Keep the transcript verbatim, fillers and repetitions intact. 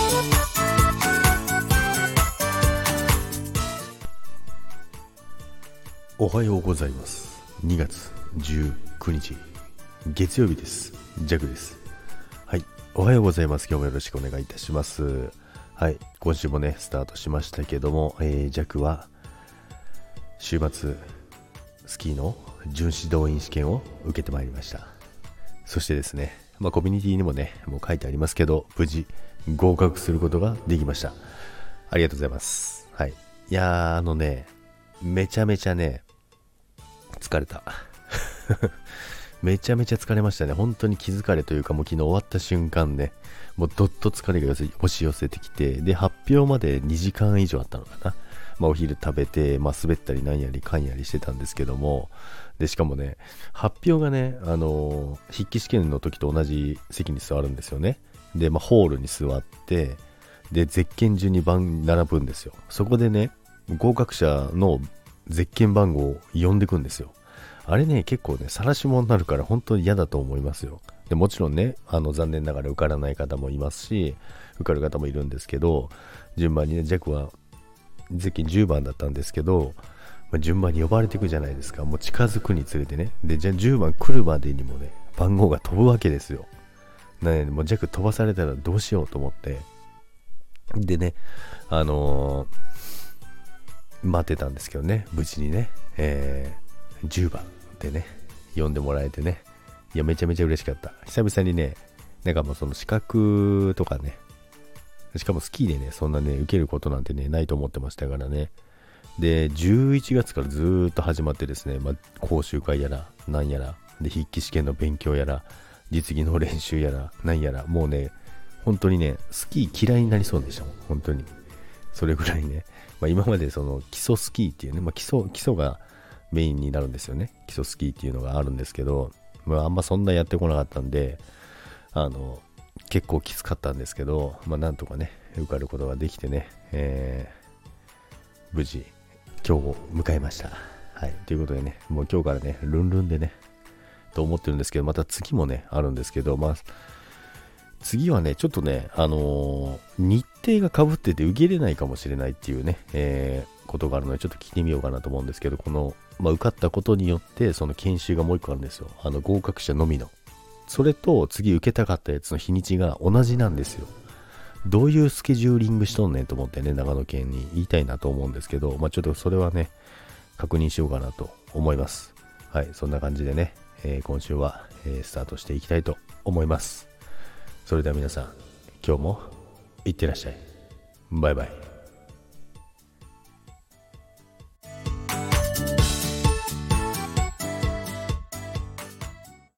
おはようございます。にがつじゅうくにち月曜日です。ジャクです。はい、おはようございます。今日もよろしくお願いいたします。はい、今週もねスタートしましたけども、えー、ジャクは週末スキーの準指導員試験を受けてまいりました。そしてですね、まあ、コミュニティにもねもう書いてありますけど、無事合格することができました。ありがとうございます。はい、いやーあのねめちゃめちゃね疲れためちゃめちゃ疲れましたね。本当に気疲れというか、もう昨日終わった瞬間ねもうどっと疲れが押し寄せてきて、で発表までにじかん以上あったのかな。まあ、お昼食べて、まあ、滑ったりなんやりかんやりしてたんですけども、でしかもね発表がね、あのー、筆記試験の時と同じ席に座るんですよね。で、まあ、ホールに座って、でゼッケン順に番並ぶんですよ。そこでね合格者のゼッケン番号を呼んでくんですよ。あれね結構ね晒し者になるから本当に嫌だと思いますよ。でもちろんねあの残念ながら受からない方もいますし、受かる方もいるんですけど、順番にねジャクはゼッケンじゅうばんだったんですけど、まあ、順番に呼ばれていくじゃないですか。もう近づくにつれてね、でじゃあじゅうばん来るまでにもね番号が飛ぶわけですよ。なのでもうジャク飛ばされたらどうしようと思って、でねあのー、待ってたんですけどね、無事にね、えー、じゅうばんでね呼んでもらえてね、いやめちゃめちゃ嬉しかった。久々にねなんかもうその資格とかね、しかもスキーでねそんなね受けることなんてねないと思ってましたからね。でじゅういちがつからずーっと始まってですね、まあ、講習会やらなんやらで筆記試験の勉強やら実技の練習やらなんやら、もうね本当にねスキー嫌いになりそうでしたもん。本当にそれぐらいね、まあ、今までその基礎スキーっていうね、まあ、基礎基礎がメインになるんですよね。基礎スキーっていうのがあるんですけど、まあ、あんまそんなやってこなかったんで、あの結構きつかったんですけど、まあ、なんとかね受かることができてね、えー、無事今日を迎えました。はい、ということでね、もう今日からねルンルンでねと思ってるんですけど、また次もねあるんですけど、まあ次はねちょっとねあのー、日程がかぶってて受けれないかもしれないっていうね、えー、ことがあるのでちょっと聞いてみようかなと思うんですけど、この、まあ、受かったことによってその研修がもう一個あるんですよ。あの合格者のみの、それと次受けたかったやつの日にちが同じなんですよ。どういうスケジューリングしとんねんと思ってね、長野県に言いたいなと思うんですけど、まあ、ちょっとそれはね確認しようかなと思います。はい、そんな感じでね、えー、今週は、えー、スタートしていきたいと思います。それでは皆さん今日もいってらっしゃい。バイバイ。